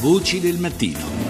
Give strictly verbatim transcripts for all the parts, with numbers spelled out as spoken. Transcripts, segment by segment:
Voci del mattino.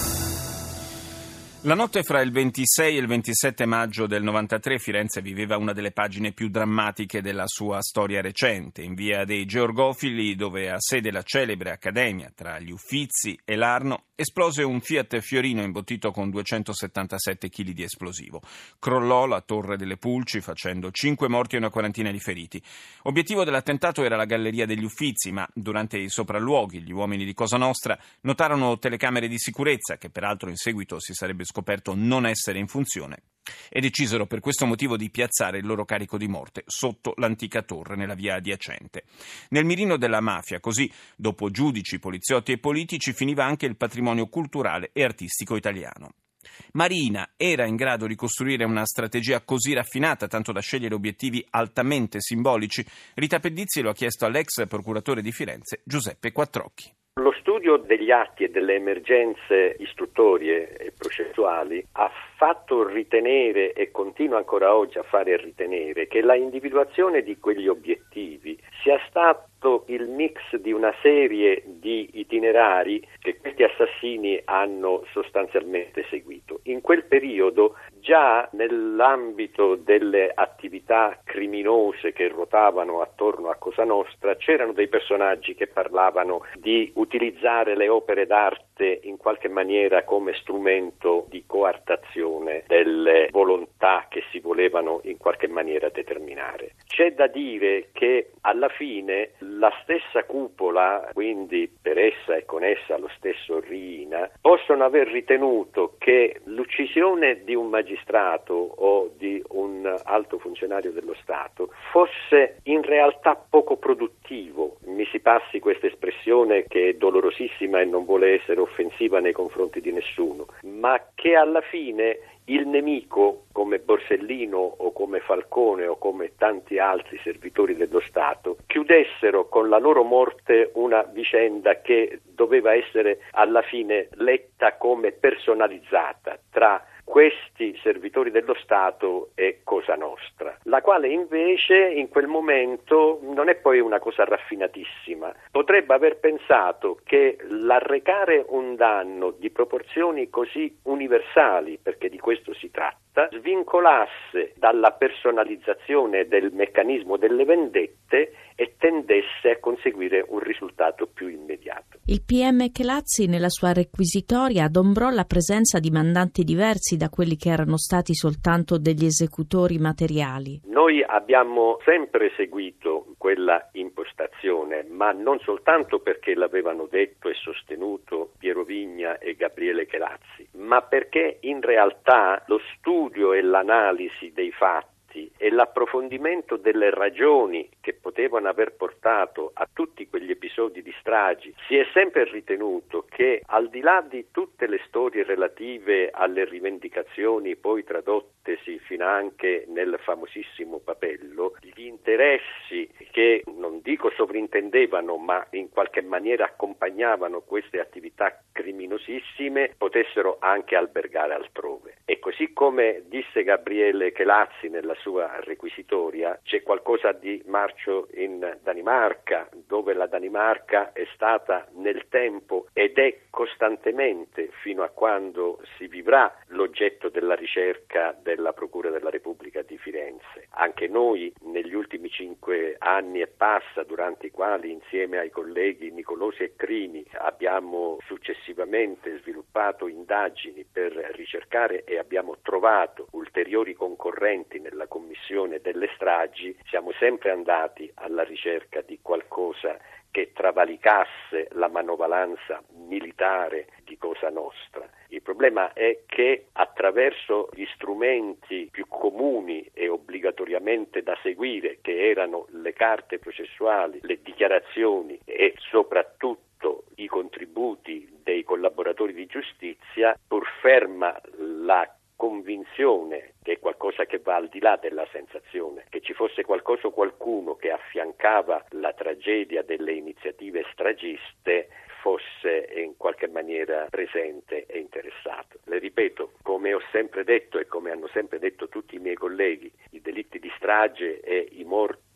La notte fra il ventisei e il ventisette maggio del novantatré Firenze viveva una delle pagine più drammatiche della sua storia recente. In via dei Georgofili, dove ha sede la celebre accademia tra gli Uffizi e l'Arno, esplose un Fiat Fiorino imbottito con duecentosettantasette chili di esplosivo. Crollò la Torre delle Pulci facendo cinque morti e una quarantina di feriti. Obiettivo dell'attentato era la Galleria degli Uffizi, ma durante i sopralluoghi gli uomini di Cosa Nostra notarono telecamere di sicurezza, che peraltro in seguito si sarebbe scoperto non essere in funzione, e decisero per questo motivo di piazzare il loro carico di morte sotto l'antica torre nella via adiacente. Nel mirino della mafia, così, dopo giudici, poliziotti e politici, finiva anche il patrimonio culturale e artistico italiano. Marina era in grado di costruire una strategia così raffinata, tanto da scegliere obiettivi altamente simbolici? Rita Pedizzi lo ha chiesto all'ex procuratore di Firenze, Giuseppe Quattrocchi. Lo studio degli atti e delle emergenze istruttorie e processuali ha fatto ritenere e continua ancora oggi a fare ritenere che la individuazione di quegli obiettivi sia stato il mix di una serie di itinerari che questi assassini hanno sostanzialmente seguito. In quel periodo, già nell'ambito delle attività criminose che ruotavano attorno a Cosa Nostra, c'erano dei personaggi che parlavano di utilizzare le opere d'arte in qualche maniera come strumento di coartazione delle volontà che si volevano in qualche maniera determinare. C'è da dire che alla fine la stessa cupola, quindi per essa e con essa lo stesso Riina, possono aver ritenuto che l'uccisione di un magistrato o di un alto funzionario dello Stato fosse in realtà poco produttivo. Mi si passi questa espressione che è dolorosissima e non vuole essere offensiva nei confronti di nessuno, ma che alla fine il nemico, come Borsellino o come Falcone o come tanti altri servitori dello Stato, chiudessero con la loro morte una vicenda che doveva essere alla fine letta come personalizzata tra questi servitori dello Stato e Cosa Nostra, la quale invece in quel momento non è poi una cosa raffinatissima. Potrebbe aver pensato che l'arrecare un danno di proporzioni così universali, perché di questo si tratta, svincolasse dalla personalizzazione del meccanismo delle vendette e tendesse a conseguire un risultato più immediato. Il P M Chelazzi nella sua requisitoria adombrò la presenza di mandanti diversi da quelli che erano stati soltanto degli esecutori materiali. Noi abbiamo sempre seguito quella impostazione, ma non soltanto perché l'avevano detto e sostenuto Piero Vigna e Gabriele Chelazzi, ma perché in realtà lo studio e l'analisi dei fatti e l'approfondimento delle ragioni che potevano aver portato a tutti quegli episodi di stragi, si è sempre ritenuto che al di là di tutte le storie relative alle rivendicazioni poi tradottesi finanche nel famosissimo Papello, gli interessi che non dico sovrintendevano ma in qualche maniera accompagnavano queste attività criminosissime potessero anche albergare altrove. E così come disse Gabriele Chelazzi nella sua requisitoria, c'è qualcosa di marcio in Danimarca, dove la Danimarca è stata nel tempo ed è costantemente, fino a quando si vivrà, l'oggetto della ricerca della Procura della Repubblica di Firenze. Anche noi negli ultimi cinque anni e passa, durante i quali insieme ai colleghi Nicolosi e Crini abbiamo successivamente sviluppato indagini per ricercare e abbiamo trovato ulteriori concorrenti nella commissione delle stragi, siamo sempre andati alla ricerca di qualcosa che travalicasse la manovalanza militare di Cosa Nostra. Il problema è che attraverso gli strumenti più comuni e obbligatoriamente da seguire, che erano le carte processuali, le dichiarazioni e soprattutto i contributi dei collaboratori di giustizia, pur ferma la convinzione, che è qualcosa che va al di là della sensazione, che ci fosse qualcosa o qualcuno che affiancava la tragedia delle iniziative stragiste, fosse in qualche maniera presente e interessato. Le ripeto, come ho sempre detto e come hanno sempre detto tutti i miei colleghi, i delitti di strage e i morti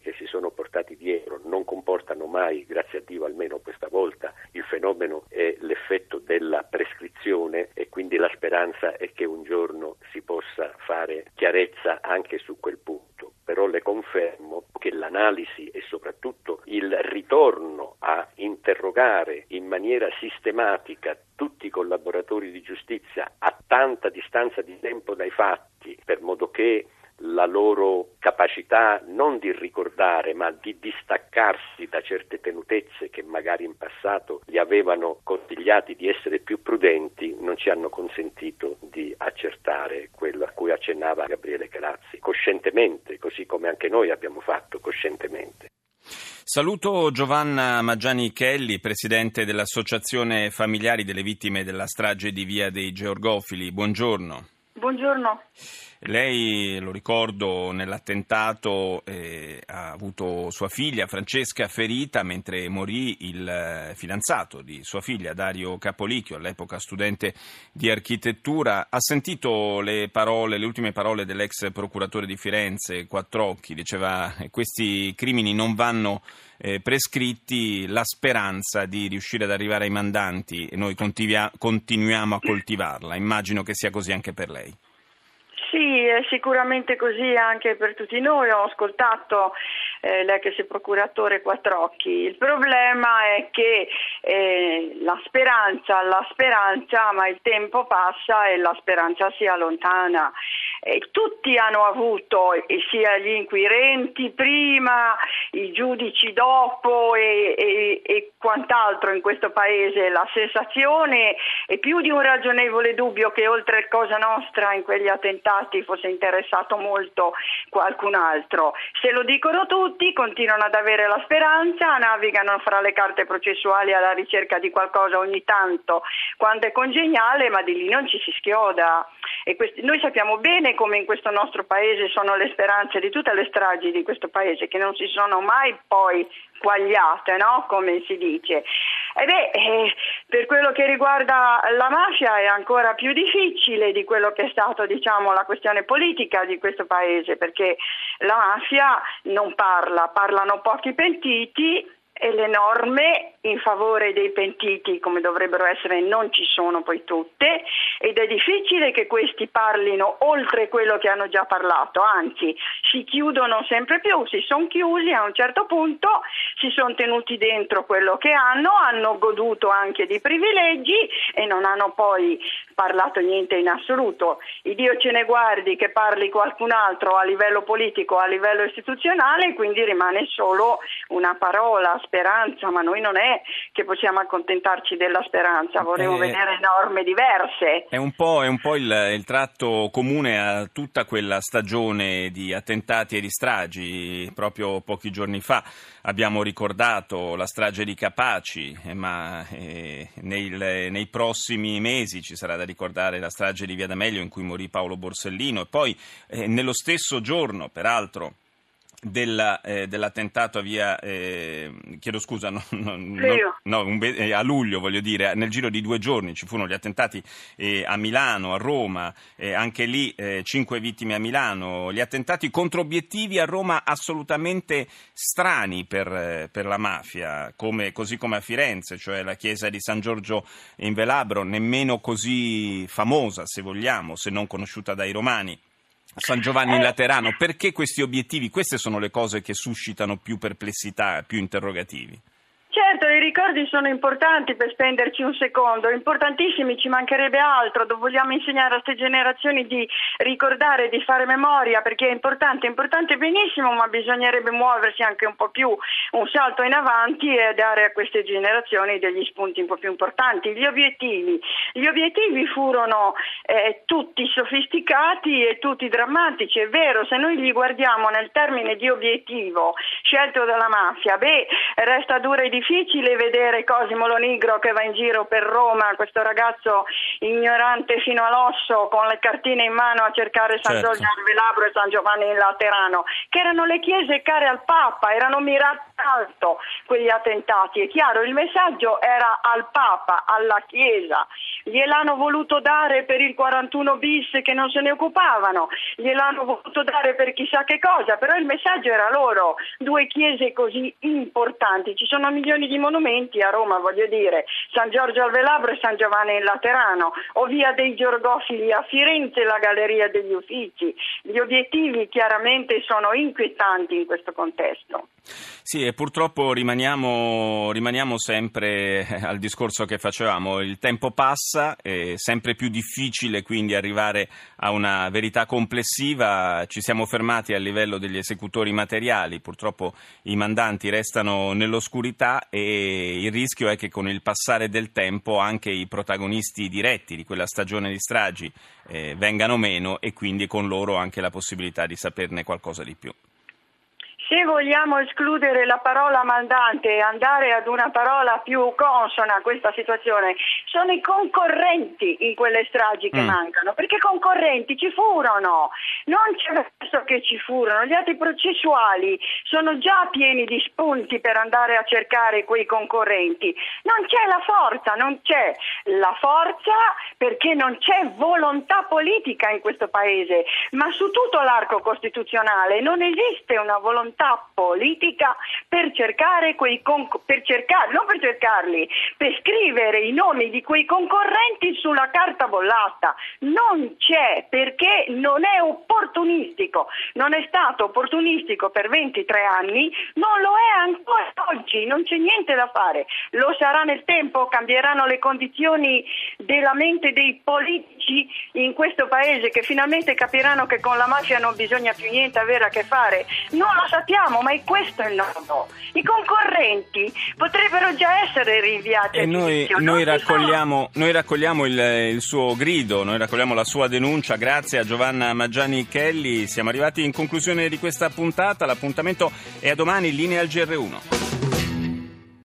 che si sono portati dietro non comportano mai, grazie a Dio almeno questa volta, il fenomeno è l'effetto della prescrizione, e quindi la speranza è che un giorno si possa fare chiarezza anche su quel punto. Però le confermo che l'analisi e soprattutto il ritorno a interrogare in maniera sistematica tutti i collaboratori di giustizia a tanta distanza di tempo dai fatti, per modo che la loro capacità non di ricordare ma di distaccarsi da certe tenutezze che magari in passato gli avevano consigliati di essere più prudenti, non ci hanno consentito di accertare quello a cui accennava Gabriele Chelazzi coscientemente, così come anche noi abbiamo fatto coscientemente. Saluto Giovanna Maggiani Chelli, presidente dell'Associazione Familiari delle Vittime della strage di Via dei Georgofili. Buongiorno. Buongiorno. Lei, lo ricordo, nell'attentato eh, ha avuto sua figlia Francesca ferita mentre morì il fidanzato di sua figlia, Dario Capolicchio, all'epoca studente di architettura. Ha sentito le parole, le ultime parole dell'ex procuratore di Firenze, Quattrocchi, diceva: questi crimini non vanno eh, prescritti, la speranza di riuscire ad arrivare ai mandanti e noi continua- continuiamo a coltivarla. Immagino che sia così anche per lei. Sì, è sicuramente così anche per tutti noi. Ho ascoltato eh, l'ex procuratore Quattrocchi. Il problema è che eh, la speranza, la speranza, ma il tempo passa e la speranza si allontana. E tutti hanno avuto, e sia gli inquirenti prima, i giudici dopo e, e, e quant'altro in questo paese, la sensazione e più di un ragionevole dubbio che oltre a Cosa Nostra in quegli attentati fosse interessato molto qualcun altro. Se lo dicono tutti, continuano ad avere la speranza, navigano fra le carte processuali alla ricerca di qualcosa ogni tanto quando è congeniale, ma di lì non ci si schioda. E questi, noi sappiamo bene come in questo nostro paese sono le speranze di tutte le stragi di questo paese, che non si sono mai poi quagliate, no? Come si dice. E beh, eh, per quello che riguarda la mafia è ancora più difficile di quello che è stato, diciamo, la questione politica di questo paese, perché la mafia non parla, parlano pochi pentiti e le norme in favore dei pentiti, come dovrebbero essere, non ci sono poi tutte, ed è difficile che questi parlino oltre quello che hanno già parlato, anzi si chiudono sempre più, si sono chiusi a un certo punto, si sono tenuti dentro quello che hanno, hanno goduto anche di privilegi e non hanno poi parlato niente in assoluto. Il Dio ce ne guardi che parli qualcun altro a livello politico, a livello istituzionale, quindi rimane solo una parola, speranza, ma noi non è che possiamo accontentarci della speranza, vorremmo eh, vedere norme diverse. È un po', è un po' il, il tratto comune a tutta quella stagione di attentati e di stragi. Proprio pochi giorni fa abbiamo ricordato la strage di Capaci, eh, ma eh, nei, nei prossimi mesi ci sarà da ricordare la strage di Via D'Amelio in cui morì Paolo Borsellino, e poi eh, nello stesso giorno, peraltro, Della, eh, dell'attentato a via eh, chiedo scusa no, no, no, no, un be- eh, a luglio, voglio dire, nel giro di due giorni ci furono gli attentati eh, a Milano, a Roma, eh, anche lì eh, cinque vittime a Milano, gli attentati contro obiettivi a Roma assolutamente strani per, eh, per la mafia, come, così come a Firenze, cioè la chiesa di San Giorgio in Velabro, nemmeno così famosa, se vogliamo, se non conosciuta dai romani. San Giovanni in Laterano, perché questi obiettivi? Queste sono le cose che suscitano più perplessità, più interrogativi. Certo, i ricordi sono importanti, per spenderci un secondo, importantissimi, ci mancherebbe altro, vogliamo insegnare a queste generazioni di ricordare, di fare memoria, perché è importante, è importante benissimo, ma bisognerebbe muoversi anche un po' più, un salto in avanti e dare a queste generazioni degli spunti un po' più importanti. Gli obiettivi, gli obiettivi furono eh, tutti sofisticati e tutti drammatici, è vero, se noi li guardiamo nel termine di obiettivo scelto dalla mafia, beh, resta dura e difficile difficile vedere Cosimo Lo Nigro che va in giro per Roma, questo ragazzo ignorante fino all'osso con le cartine in mano a cercare San certo. Giorgio al Velabro e San Giovanni in Laterano, che erano le chiese care al Papa, erano mirate alto quegli attentati. È chiaro, il messaggio era al Papa, alla Chiesa. Gliel'hanno voluto dare per il quarantuno bis che non se ne occupavano, gliel'hanno voluto dare per chissà che cosa, però il messaggio era loro. Due chiese così importanti, ci sono milioni di monumenti a Roma, voglio dire, San Giorgio al Velabro e San Giovanni in Laterano, o Via dei Giorgofili a Firenze, la Galleria degli Uffici. Gli obiettivi chiaramente sono inquietanti in questo contesto. Sì, e purtroppo rimaniamo, rimaniamo sempre al discorso che facevamo. Il tempo passa, è sempre più difficile quindi arrivare a una verità complessiva. Ci siamo fermati a livello degli esecutori materiali, purtroppo i mandanti restano nell'oscurità e il rischio è che con il passare del tempo anche i protagonisti diretti di quella stagione di stragi eh, vengano meno e quindi con loro anche la possibilità di saperne qualcosa di più. Se vogliamo escludere la parola mandante e andare ad una parola più consona a questa situazione, sono i concorrenti in quelle stragi che mm. mancano, perché concorrenti ci furono, non c'è verso che ci furono, gli atti processuali sono già pieni di spunti per andare a cercare quei concorrenti, non c'è la forza, non c'è la forza perché non c'è volontà politica in questo paese, ma su tutto l'arco costituzionale non esiste una volontà politica per cercare quei conc- per cercare, non per cercarli, per scrivere i nomi di quei concorrenti sulla carta bollata. Non c'è, perché non è opportunistico, non è stato opportunistico per ventitré anni, non lo è ancora oggi, non c'è niente da fare. Lo sarà nel tempo, cambieranno le condizioni della mente dei politici in questo paese che finalmente capiranno che con la mafia non bisogna più niente avere a che fare. Non lo sappiamo, ma è questo il nodo. I concorrenti potrebbero già essere rinviati e a noi, noi raccogliamo, noi raccogliamo il, il suo grido, noi raccogliamo la sua denuncia. Grazie a Giovanna Maggiani Chelli. Siamo arrivati in conclusione di questa puntata. L'appuntamento è a domani, linea al G R uno.